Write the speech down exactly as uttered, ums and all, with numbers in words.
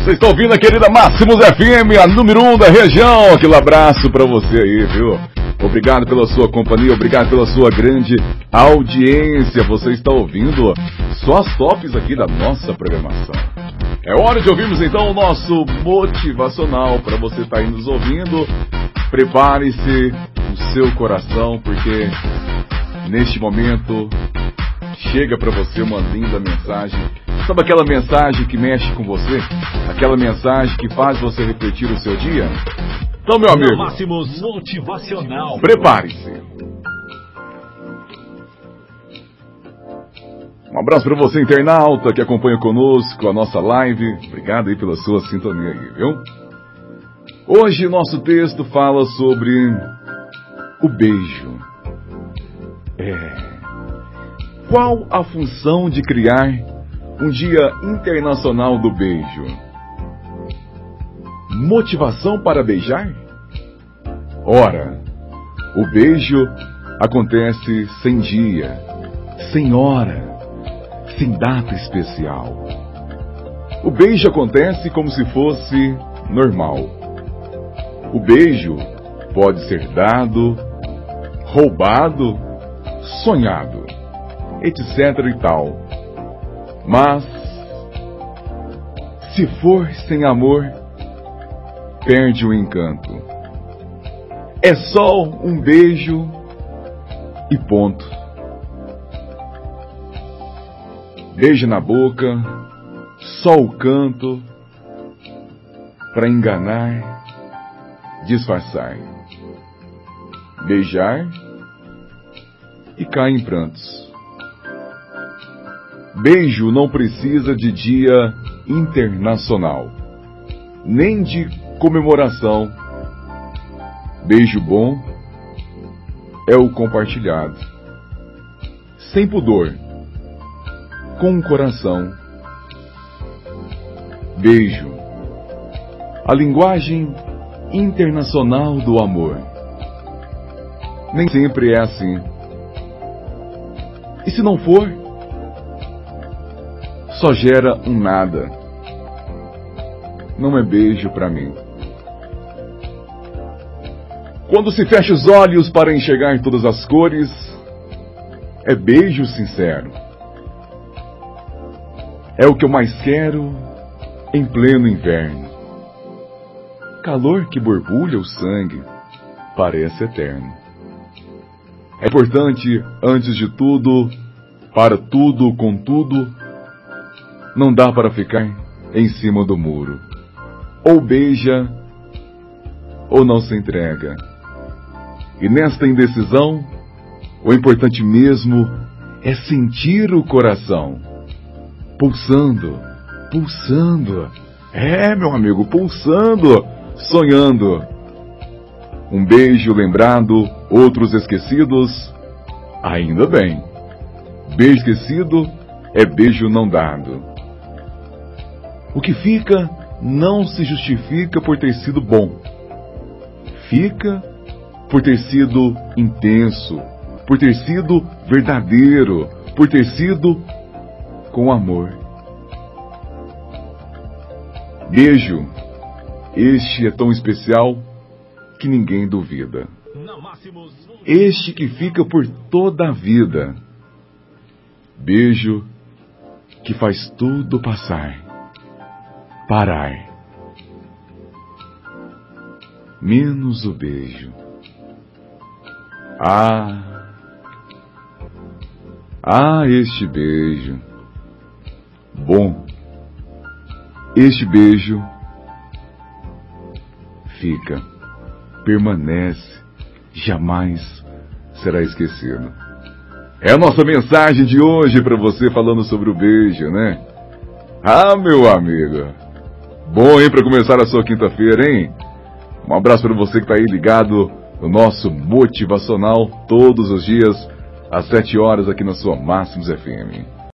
Você está ouvindo a querida Máximos F M, a número um da região. Aquele abraço pra você aí, viu? Obrigado pela sua companhia, obrigado pela sua grande audiência. Você está ouvindo só as tops aqui da nossa programação. É hora de ouvirmos então o nosso motivacional. Para você estar aí nos ouvindo, prepare-se o seu coração, porque neste momento chega para você uma linda mensagem. Sabe aquela mensagem que mexe com você? Aquela mensagem que faz você refletir o seu dia? Então, meu amigo, Máximos Motivacional. Prepare-se. Um abraço para você, internauta, que acompanha conosco a nossa live. Obrigado aí pela sua sintonia aí, viu? Hoje nosso texto fala sobre o beijo. É. Qual a função de criar um Dia Internacional do Beijo? Motivação para beijar? Ora, o beijo acontece sem dia, sem hora, sem data especial. O beijo acontece como se fosse normal. O beijo pode ser dado, roubado, sonhado, etc e tal. Mas, se for sem amor, perde o encanto. É só um beijo e ponto. Beijo na boca, só o canto, para enganar, disfarçar. Beijar e cai em prantos. Beijo não precisa de dia internacional, nem de comemoração. Beijo bom é o compartilhado, sem pudor, com o coração. Beijo, a linguagem internacional do amor. Nem sempre é assim. E se não for, só gera um nada. Não é beijo pra mim. Quando se fecha os olhos para enxergar todas as cores, é beijo sincero. É o que eu mais quero em pleno inverno. Calor que borbulha o sangue, parece eterno. É importante, antes de tudo, para tudo, contudo, não dá para ficar em cima do muro. Ou beija, ou não se entrega. E nesta indecisão, o importante mesmo é sentir o coração pulsando, pulsando. É, meu amigo, pulsando, sonhando. Um beijo lembrado, outros esquecidos, ainda bem. Beijo esquecido é beijo não dado. O que fica não se justifica por ter sido bom. Fica por ter sido intenso, por ter sido verdadeiro, por ter sido com amor. Beijo, este é tão especial que ninguém duvida. Este que fica por toda a vida. Beijo que faz tudo passar, parar. Menos o beijo. Ah, ah, este beijo. Bom, este beijo fica, permanece, jamais será esquecido. É a nossa mensagem de hoje para você, falando sobre o beijo, né? Ah, meu amigo, bom, hein, para começar a sua quinta-feira, hein? Um abraço para você que está aí ligado no nosso Motivacional todos os dias às sete horas aqui na sua Máximos F M.